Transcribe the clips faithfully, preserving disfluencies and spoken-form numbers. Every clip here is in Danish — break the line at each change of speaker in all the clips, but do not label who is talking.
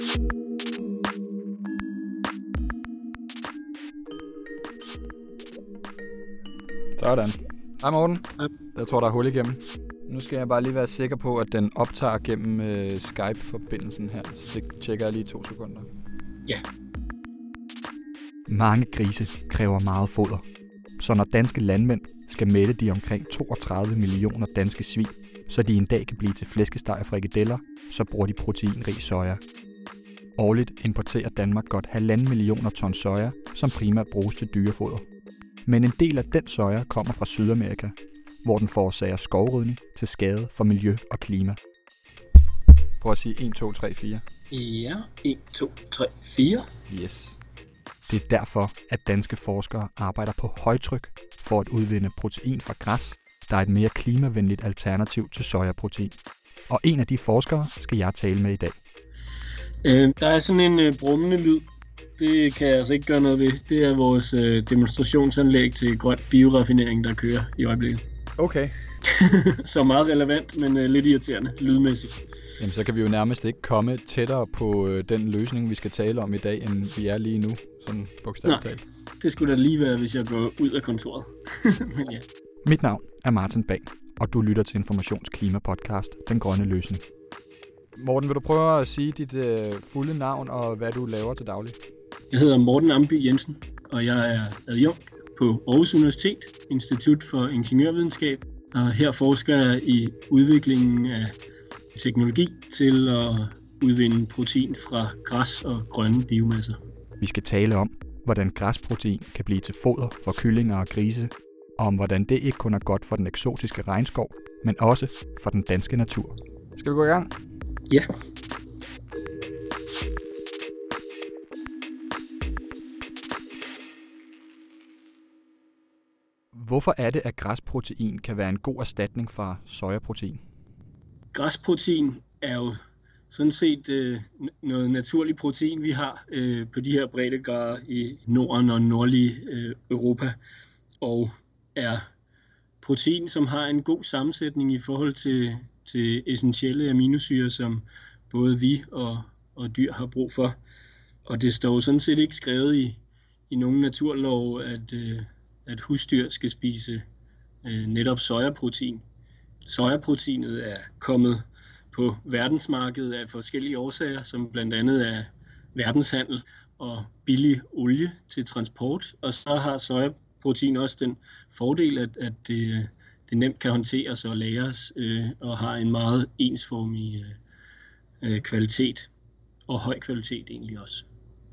Sådan. Hej Morten. Jeg tror, der er hul igennem. Nu skal jeg bare lige være sikker på, at den optager gennem øh, Skype-forbindelsen her, så det tjekker jeg lige to sekunder.
Ja.
Mange grise kræver meget foder, så når danske landmænd skal mætte de omkring toogtredive millioner danske svin, så de en dag kan blive til flæskesteg og frikadeller, så bruger de proteinrig soja. Årligt importerer Danmark godt halvanden millioner ton soja, som primært bruges til dyrefoder. Men en del af den soja kommer fra Sydamerika, hvor den forårsager skovrydning til skade for miljø og klima.
Prøv at sige en, to, tre, fire.
Ja, en, to, tre, fire.
Yes.
Det er derfor, at danske forskere arbejder på højtryk for at udvinde protein fra græs, der er et mere klimavenligt alternativ til sojaprotein. Og en af de forskere skal jeg tale med i dag.
Øh, der er sådan en øh, brummende lyd. Det kan jeg altså ikke gøre noget ved. Det er vores øh, demonstrationsanlæg til grøn bioraffinering, der kører i øjeblikket.
Okay.
Så meget relevant, men øh, lidt irriterende lydmæssigt.
Jamen, så kan vi jo nærmest ikke komme tættere på øh, den løsning, vi skal tale om i dag, end vi er lige nu, sådan bogstaveligt talt.
Det skulle da lige være, hvis jeg går ud af kontoret. Men ja.
Mit navn er Martin Bang, og du lytter til Informations Klimapodcast, Den Grønne Løsning.
Morten, vil du prøve at sige dit øh, fulde navn og hvad du laver til daglig?
Jeg hedder Morten Amby Jensen, og jeg er adjunkt på Aarhus Universitet, Institut for Ingeniørvidenskab. Og her forsker jeg i udviklingen af teknologi til at udvinde protein fra græs og grønne biomasser.
Vi skal tale om, hvordan græsprotein kan blive til foder for kyllinger og grise, og om hvordan det ikke kun er godt for den eksotiske regnskov, men også for den danske natur.
Skal vi gå i gang?
Ja.
Hvorfor er det, at græsprotein kan være en god erstatning for sojaprotein?
Græsprotein er jo sådan set øh, noget naturligt protein, vi har øh, på de her breddegrader i Norden og nordlige øh, Europa, og er protein, som har en god sammensætning i forhold til, til essentielle aminosyrer, som både vi og, og dyr har brug for. Og det står sådan set ikke skrevet i, i nogen naturlov, at, øh, at husdyr skal spise øh, netop sojaprotein. Sojaproteinet er kommet på verdensmarkedet af forskellige årsager, som blandt andet er verdenshandel og billig olie til transport. Og så har sojaprotein også den fordel, at, at det, det nemt kan håndteres og lagres øh, og har en meget ensformig øh, kvalitet og høj kvalitet egentlig også.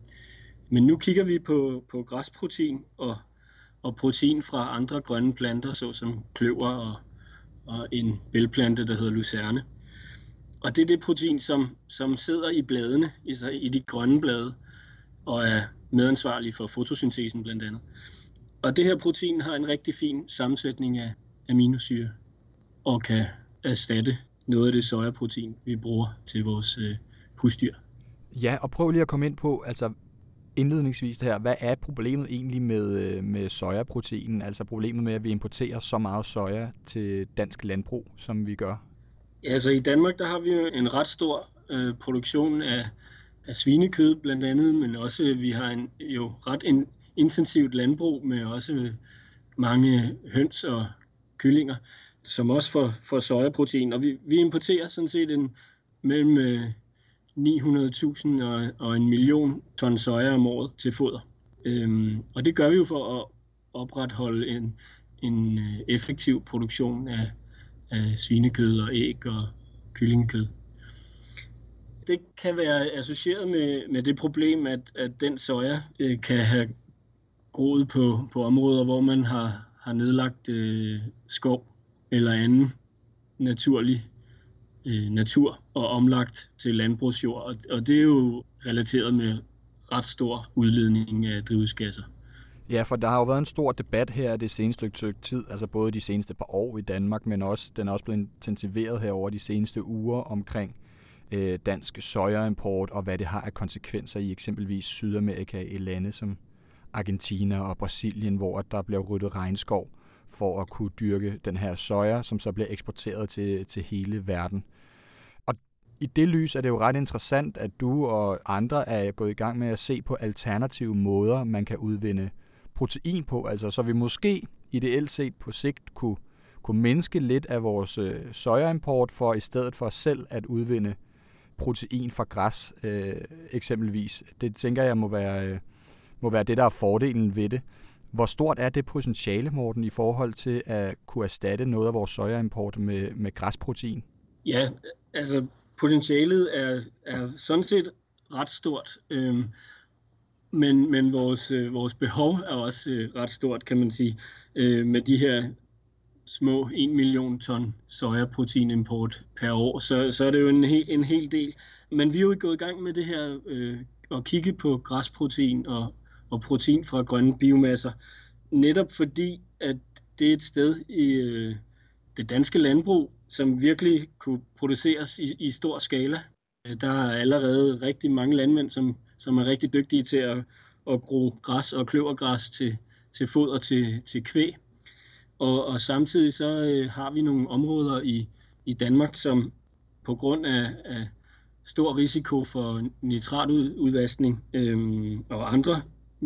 Men nu kigger vi på, på græsprotein og, og protein fra andre grønne planter, såsom kløver og, og en bælgplante, der hedder lucerne. Og det er det protein, som, som sidder i bladene, i, i de grønne blade, og er medansvarlig for fotosyntesen blandt andet. Og det her protein har en rigtig fin sammensætning af aminosyre, og kan erstatte noget af det sojaprotein, vi bruger til vores øh, husdyr.
Ja, og prøv lige at komme ind på, altså indledningsvis her, hvad er problemet egentlig med, med sojaproteinen? Altså problemet med, at vi importerer så meget soja til dansk landbrug, som vi gør?
Ja, altså i Danmark, der har vi jo en ret stor øh, produktion af, af svinekød blandt andet, men også vi har en jo ret en, intensivt landbrug med også mange høns og kyllinger, som også får, får sojaprotein. Og vi, vi importerer sådan set en, mellem øh, ni hundrede tusind og, og en million ton soja om året til foder. Øhm, og det gør vi jo for at opretholde en, en effektiv produktion af, af svinekød og æg og kyllingekød. Det kan være associeret med, med det problem, at, at den soja øh, kan have groet på, på områder, hvor man har, har nedlagt øh, skov eller anden naturlig øh, natur og omlagt til landbrugsjord. Og, og det er jo relateret med ret stor udledning af drivhusgasser.
Ja, for der har jo været en stor debat her det seneste stykke tid, altså både de seneste par år i Danmark, men også den er også blevet intensiveret her over de seneste uger omkring øh, dansk sojaimport og hvad det har af konsekvenser i eksempelvis Sydamerika i lande som Argentina og Brasilien, hvor der bliver ryddet regnskov for at kunne dyrke den her soja, som så bliver eksporteret til, til hele verden. Og I det lys er det jo ret interessant, at du og andre er gået i gang med at se på alternative måder, man kan udvinde protein på, altså så vi måske ideelt set på sigt kunne, kunne mindske lidt af vores øh, sojaimport for i stedet for selv at udvinde protein fra græs øh, eksempelvis. Det tænker jeg må være, øh, må være det, der er fordelen ved det. Hvor stort er det potentiale, Morten, i forhold til at kunne erstatte noget af vores sojaimport med, med græsprotein?
Ja, altså potentialet er, er sådan set ret stort, øhm, men, men vores, øh, vores behov er også øh, ret stort, kan man sige, øh, med de her små en million ton sojaproteinimport per år, så, så er det jo en, hel, en hel del. Men vi er jo gået i gang med det her øh, at kigge på græsprotein og, og protein fra grønne biomasser, netop fordi, at det er et sted i øh, det danske landbrug, som virkelig kunne produceres i, i stor skala. Der er allerede rigtig mange landmænd, som, som er rigtig dygtige til at, at gro græs og kløvergræs til, til foder til, til kvæg. Og, og samtidig så øh, har vi nogle områder i, i Danmark, som på grund af, af stor risiko for nitratudvaskning øh, og andre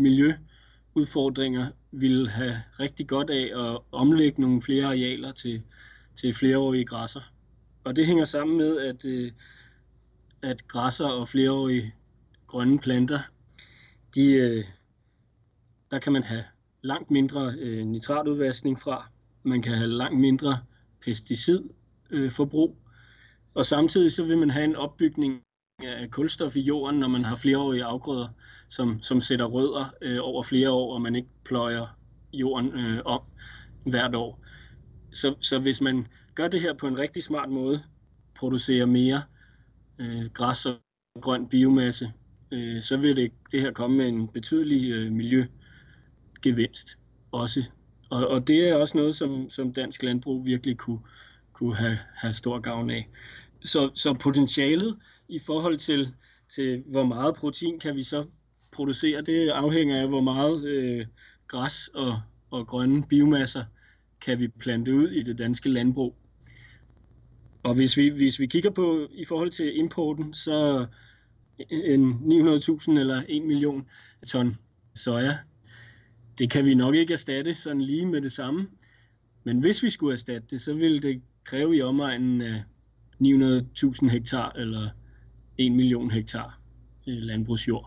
miljøudfordringer vil have rigtig godt af at omlægge nogle flere arealer til, til flereårige græsser. Og det hænger sammen med, at, øh, at græsser og flereårige grønne planter, de, øh, der kan man have langt mindre øh, nitratudvaskning fra. Man kan have langt mindre pesticidforbrug. Øh, og samtidig så vil man have en opbygning af kulstof i jorden, når man har flereårige afgrøder, som, som sætter rødder øh, over flere år, og man ikke pløjer jorden øh, om hvert år. Så, så hvis man gør det her på en rigtig smart måde, producerer mere øh, græs og grøn biomasse, øh, så vil det, det her komme med en betydelig øh, miljøgevinst også. Og, og det er også noget, som, som dansk landbrug virkelig kunne, kunne have, have stor gavn af. Så, så potentialet i forhold til, til, hvor meget protein kan vi så producere, det afhænger af, hvor meget øh, græs og, og grønne biomasser kan vi plante ud i det danske landbrug. Og hvis vi, hvis vi kigger på i forhold til importen, så en ni hundrede tusind eller en million ton soja, det kan vi nok ikke erstatte sådan lige med det samme. Men hvis vi skulle erstatte det, så ville det kræve i omegnen af ni hundrede tusind hektar eller en million hektar landbrugsjord.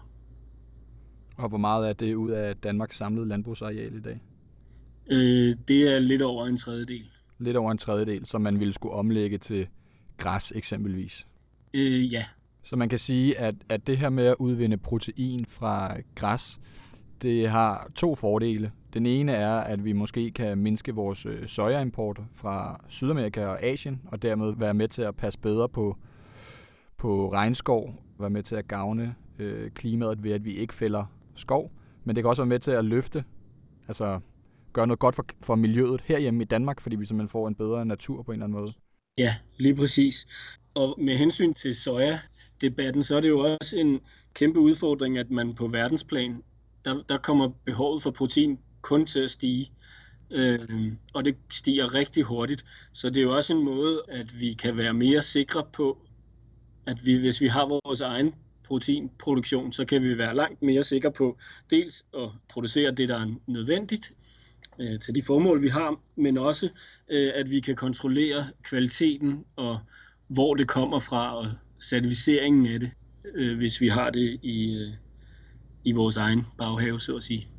Og hvor meget er det ud af Danmarks samlede landbrugsareal i dag?
Øh, det er lidt over en tredjedel.
Lidt over en tredjedel, som man ville skulle omlægge til græs eksempelvis?
Øh, ja.
Så man kan sige, at, at det her med at udvinde protein fra græs, det har to fordele. Den ene er, at vi måske kan mindske vores sojaimport fra Sydamerika og Asien, og dermed være med til at passe bedre på, på regnskov, være med til at gavne øh, klimaet ved, at vi ikke fælder skov. Men det kan også være med til at løfte, altså gøre noget godt for, for miljøet herhjemme i Danmark, fordi vi simpelthen får en bedre natur på en eller anden måde.
Ja, lige præcis. Og med hensyn til soja-debatten, så er det jo også en kæmpe udfordring, at man på verdensplan, der, der kommer behovet for protein kun til at stige. Øh, og det stiger rigtig hurtigt. Så det er jo også en måde, at vi kan være mere sikre på, at vi, hvis vi har vores egen proteinproduktion, så kan vi være langt mere sikre på dels at producere det, der er nødvendigt øh, til de formål, vi har, men også, øh, at vi kan kontrollere kvaliteten og hvor det kommer fra og certificeringen af det, øh, hvis vi har det i, øh, i vores egen baghave, så at sige.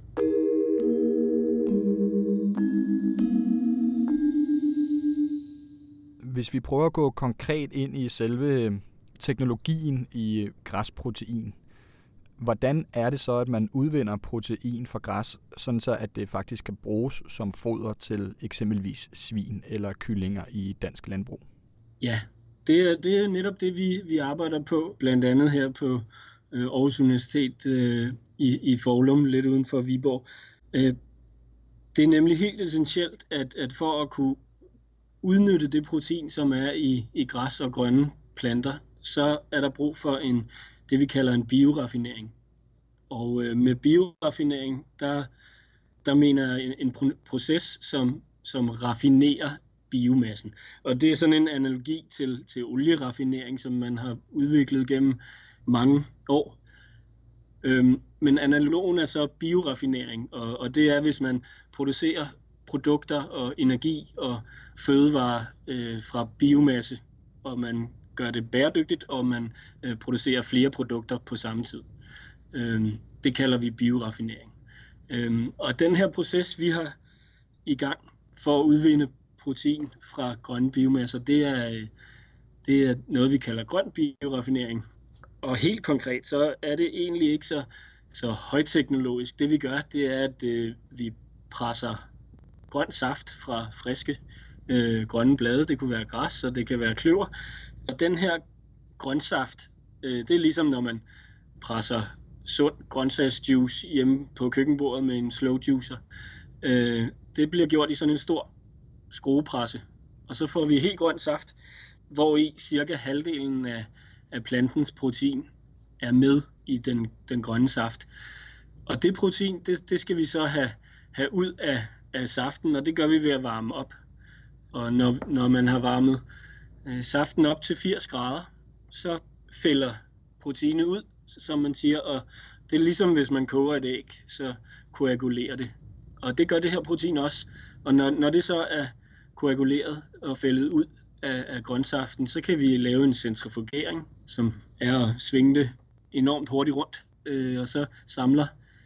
Hvis vi prøver at gå konkret ind i selve teknologien i græsprotein, hvordan er det så, at man udvinder protein fra græs, sådan så at det faktisk kan bruges som foder til eksempelvis svin eller kyllinger i dansk landbrug?
Ja, det er, det er netop det, vi, vi arbejder på, blandt andet her på øh, Aarhus Universitet øh, i, i Foulum, lidt uden for Viborg. Øh, det er nemlig helt essentielt, at, at for at kunne udnytte det protein, som er i, i græs og grønne planter, så er der brug for en, det vi kalder en bioraffinering. Og øh, med bioraffinering, der, der mener jeg en, en proces, som, som raffinerer biomassen. Og det er sådan en analogi til, til olieraffinering, som man har udviklet gennem mange år. Øhm, men analogen er så bioraffinering, og, og det er, hvis man producerer produkter og energi og fødevarer øh, fra biomasse, og man gør det bæredygtigt, og man øh, producerer flere produkter på samme tid. Øhm, det kalder vi bioraffinering. Øhm, og den her proces, vi har i gang for at udvinde protein fra grønne biomasser, det er, det er noget, vi kalder grøn bioraffinering. Og helt konkret, så er det egentlig ikke så, så højteknologisk. Det vi gør, det er, at øh, vi presser grøn saft fra friske øh, grønne blade. Det kunne være græs, og det kan være kløver. Og den her grønsaft, øh, det er ligesom når man presser sund grøntsagsjuice hjemme på køkkenbordet med en slow juicer. Øh, det bliver gjort i sådan en stor skruepresse, og så får vi helt grøn saft, hvor i cirka halvdelen af, af plantens protein er med i den, den grønne saft. Og det protein, det, det skal vi så have, have ud af, af saften, og det gør vi ved at varme op. Og når, når man har varmet øh, saften op til firs grader, så fælder proteinet ud, som man siger, og det er ligesom hvis man koger et æg, så koagulerer det. Og det gør det her protein også. Og når, når det så er koaguleret og fældet ud af, af grøntsaften, så kan vi lave en centrifugering, som er at svinge det enormt hurtigt rundt, øh, og så samler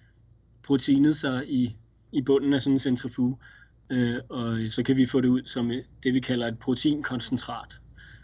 proteinet sig i, i bunden af sådan en centrifuge, øh, og så kan vi få det ud som det, vi kalder et proteinkoncentrat.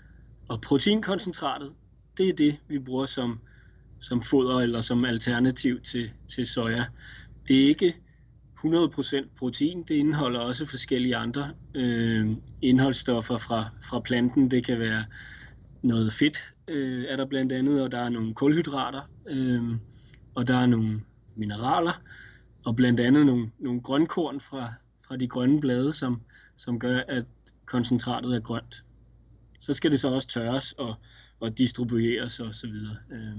Og proteinkoncentratet, det er det, vi bruger som, som foder eller som alternativ til, til soja. Det er ikke hundrede procent protein, det indeholder også forskellige andre øh, indholdsstoffer fra, fra planten. Det kan være noget fedt, øh, er der blandt andet, og der er nogle kulhydrater, øh, og der er nogle mineraler, og blandt andet nogle, nogle grønkorn fra, fra de grønne blade, som, som gør, at koncentratet er grønt. Så skal det så også tørres og, og distribueres og så videre. Øh,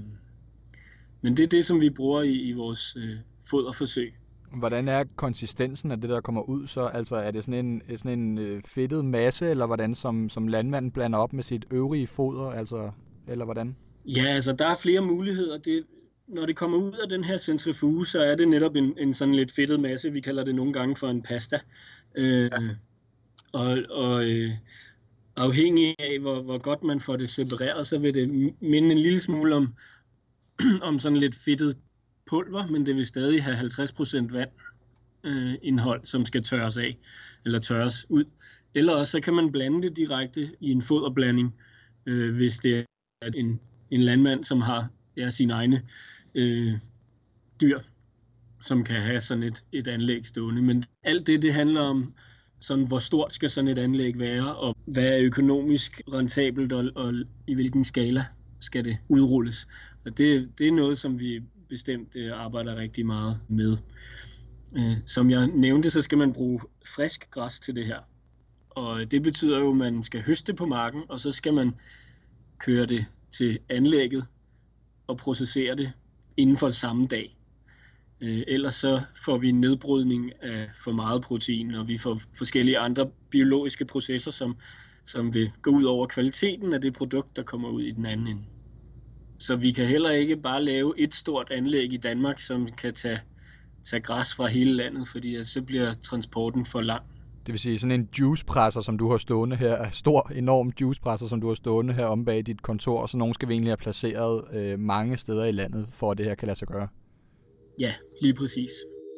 men det er det, som vi bruger i, i vores øh, foderforsøg.
Hvordan er konsistensen af det, der kommer ud så? Altså er det sådan en, sådan en øh, fedtet masse, eller hvordan som, som landmanden blander op med sit øvrige foder, altså, eller hvordan?
Ja, altså der er flere muligheder. Det, når det kommer ud af den her centrifuge, så er det netop en, en sådan lidt fedtet masse. Vi kalder det nogle gange for en pasta. Øh, og og øh, afhængig af, hvor, hvor godt man får det separeret, så vil det minde en lille smule om, om sådan lidt fedtet pulver, men det vil stadig have halvtreds procent vand øh, indhold, som skal tørres af, eller tørres ud. Eller også så kan man blande det direkte i en foderblanding, øh, hvis det er en, en landmand, som har ja, sine egne øh, dyr, som kan have sådan et, et anlæg stående. Men alt det, det handler om, sådan, hvor stort skal sådan et anlæg være, og hvad er økonomisk rentabelt, og, og i hvilken skala skal det udrulles. Og det, det er noget, som vi bestemt arbejder rigtig meget med. Som jeg nævnte, så skal man bruge frisk græs til det her. Og det betyder jo, at man skal høste på marken, og så skal man køre det til anlægget og processere det inden for samme dag. Ellers så får vi en nedbrydning af for meget protein, og vi får forskellige andre biologiske processer, som, som vil gå ud over kvaliteten af det produkt, der kommer ud i den anden ende. Så vi kan heller ikke bare lave et stort anlæg i Danmark, som kan tage, tage græs fra hele landet, fordi så bliver transporten for lang.
Det vil sige sådan en juicepresser, som du har stående her, stor, enorm juicepresser, som du har stående her om bag dit kontor, så nogen skal vi egentlig have placeret øh, mange steder i landet, for at det her kan lade sig gøre.
Ja, lige præcis.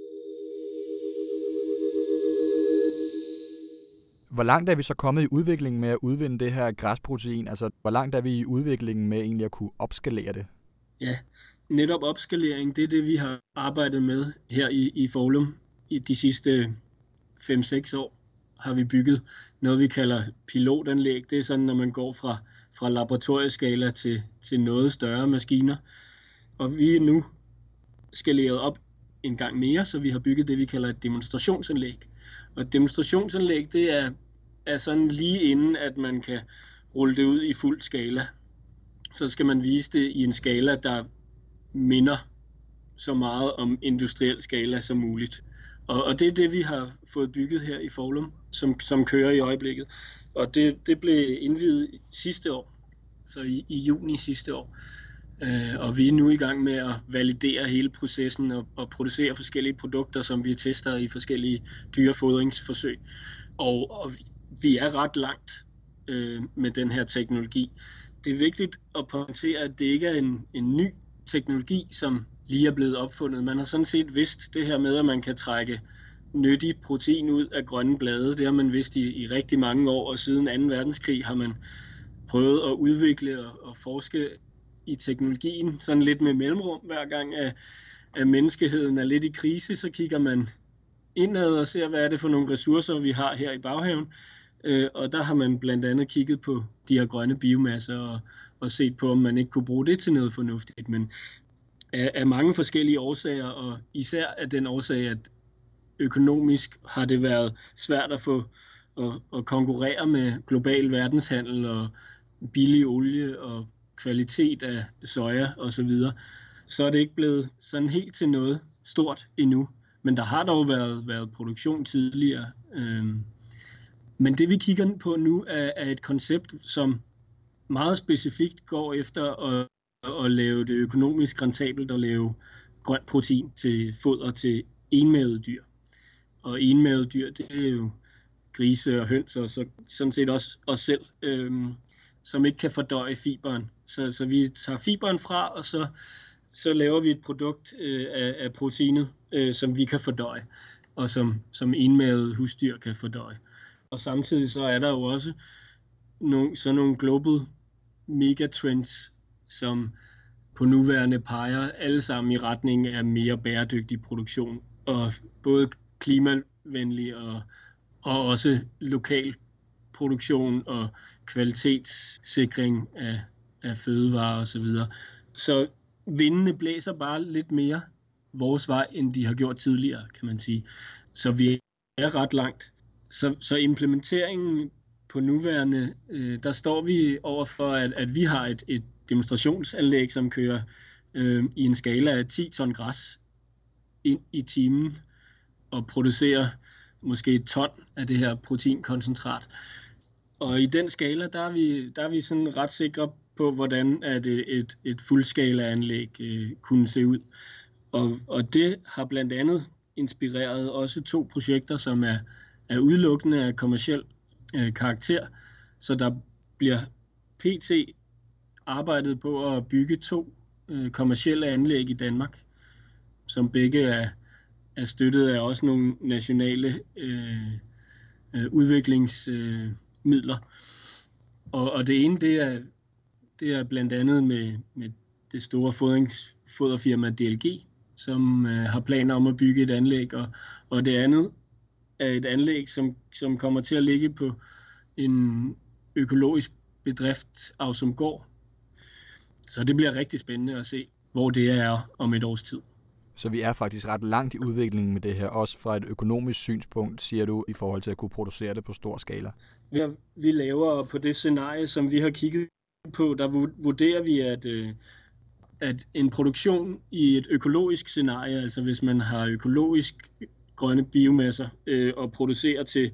Hvor langt er vi så kommet i udviklingen med at udvinde det her græsprotein? Altså, hvor langt er vi i udviklingen med egentlig at kunne opskalere det?
Ja, netop opskalering, det er det, vi har arbejdet med her i, i Foulum. I de sidste fem seks år har vi bygget noget, vi kalder pilotanlæg. Det er sådan, når man går fra, fra laboratorieskala til, til noget større maskiner. Og vi er nu skaleret op en gang mere, så vi har bygget det, vi kalder et demonstrationsanlæg. Og et demonstrationsanlæg, det er, er sådan lige inden, at man kan rulle det ud i fuld skala. Så skal man vise det i en skala, der minder så meget om industriel skala som muligt. Og, og det er det, vi har fået bygget her i Foulum, som, som kører i øjeblikket. Og det, det blev indviet sidste år, så i, i juni sidste år. Øh, og vi er nu i gang med at validere hele processen og, og producere forskellige produkter, som vi tester i forskellige dyrefodringsforsøg. Og, og vi er ret langt øh, med den her teknologi. Det er vigtigt at pointere, at det ikke er en, en ny teknologi, som lige er blevet opfundet. Man har sådan set vidst det her med, at man kan trække nyttig protein ud af grønne blade. Det har man vidst i, i rigtig mange år, og siden anden verdenskrig har man prøvet at udvikle og, og forske i teknologien, sådan lidt med mellemrum. Hver gang, at, at menneskeheden er lidt i krise, så kigger man indad og ser, hvad er det for nogle ressourcer, vi har her i baghaven. Øh, og der har man blandt andet kigget på de her grønne biomasser og, og set på, om man ikke kunne bruge det til noget fornuftigt. Men af, af mange forskellige årsager, og især af den årsag, at økonomisk har det været svært at få at, at konkurrere med global verdenshandel og billig olie og kvalitet af soja osv., så, så er det ikke blevet sådan helt til noget stort endnu. Men der har dog været, været produktion tidligere. Øhm, men det vi kigger på nu er, er et koncept, som meget specifikt går efter at, at lave det økonomisk rentabelt at lave grønt protein til foder til enmavede dyr. Og enmavede dyr, det er jo grise og høns og så, sådan set også os selv, øhm, som ikke kan fordøje fiberen. Så, så vi tager fiberen fra, og så, så laver vi et produkt øh, af, af proteinet, øh, som vi kan fordøje, og som, som enmavede husdyr kan fordøje. Og samtidig så er der jo også nogle, sådan nogle global megatrends, som på nuværende peger alle sammen i retning af mere bæredygtig produktion, og både klimavenlig og, og også lokal produktion og kvalitetssikring af, af fødevarer osv. Så, så vindene blæser bare lidt mere vores vej, end de har gjort tidligere, kan man sige. Så vi er ret langt. Så, så implementeringen på nuværende, øh, der står vi overfor, at, at vi har et, et demonstrationsanlæg, som kører øh, i en skala af ti ton græs ind i timen og producerer måske et ton af det her proteinkoncentrat. Og i den skala, der er vi, der er vi sådan ret sikre på, hvordan at et, et fuldskala-anlæg øh, kunne se ud. Og, og det har blandt andet inspireret også to projekter, som er, er udelukkende af kommerciel øh, karakter. Så der bliver pt. Arbejdet på at bygge to øh, kommercielle anlæg i Danmark, som begge er, er støttet af også nogle nationale øh, øh, udviklingsmidler. Øh, og, og det ene, det er, det er blandt andet med, med det store fodrings, foderfirma D L G, som øh, har planer om at bygge et anlæg. Og, og det andet er et anlæg, som, som kommer til at ligge på en økologisk bedrift, Ausumgård. Så det bliver rigtig spændende at se, hvor det er om et års tid.
Så vi er faktisk ret langt i udviklingen med det her, også fra et økonomisk synspunkt, siger du, i forhold til at kunne producere det på stor skala?
Vi, vi laver på det scenarie, som vi har kigget på, der vurderer vi, at, at en produktion i et økologisk scenarie, altså hvis man har økologisk grønne biomasser øh, og producerer til,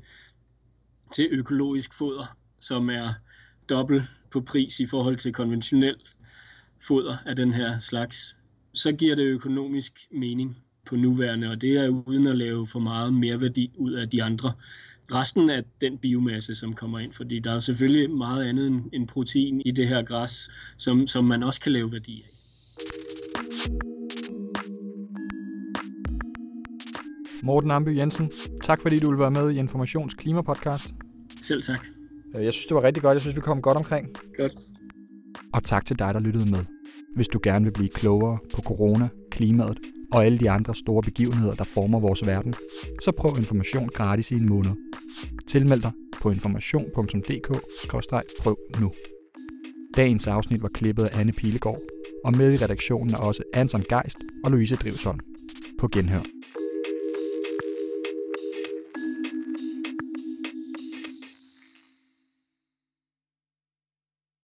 til økologisk foder, som er dobbelt på pris i forhold til konventionel foder af den her slags, så giver det økonomisk mening på nuværende, og det er uden at lave for meget mere værdi ud af de andre. Resten af den biomasse, som kommer ind, fordi der er selvfølgelig meget andet end protein i det her græs, som, som man også kan lave værdi af.
Morten Amby Jensen, tak fordi du ville være med i Informations Klimapodcast.
Selv tak.
Jeg synes, det var rigtig godt. Jeg synes, vi kom godt omkring.
Godt.
Og tak til dig, der lyttede med. Hvis du gerne vil blive klogere på corona, klimaet og alle de andre store begivenheder, der former vores verden, så prøv Information gratis i en måned. Tilmeld dig på information punktum d k skråstreg prøv nu. Dagens afsnit var klippet af Anne Pilegaard, og med i redaktionen er også Anton Geist og Louise Drivsholm. På genhør.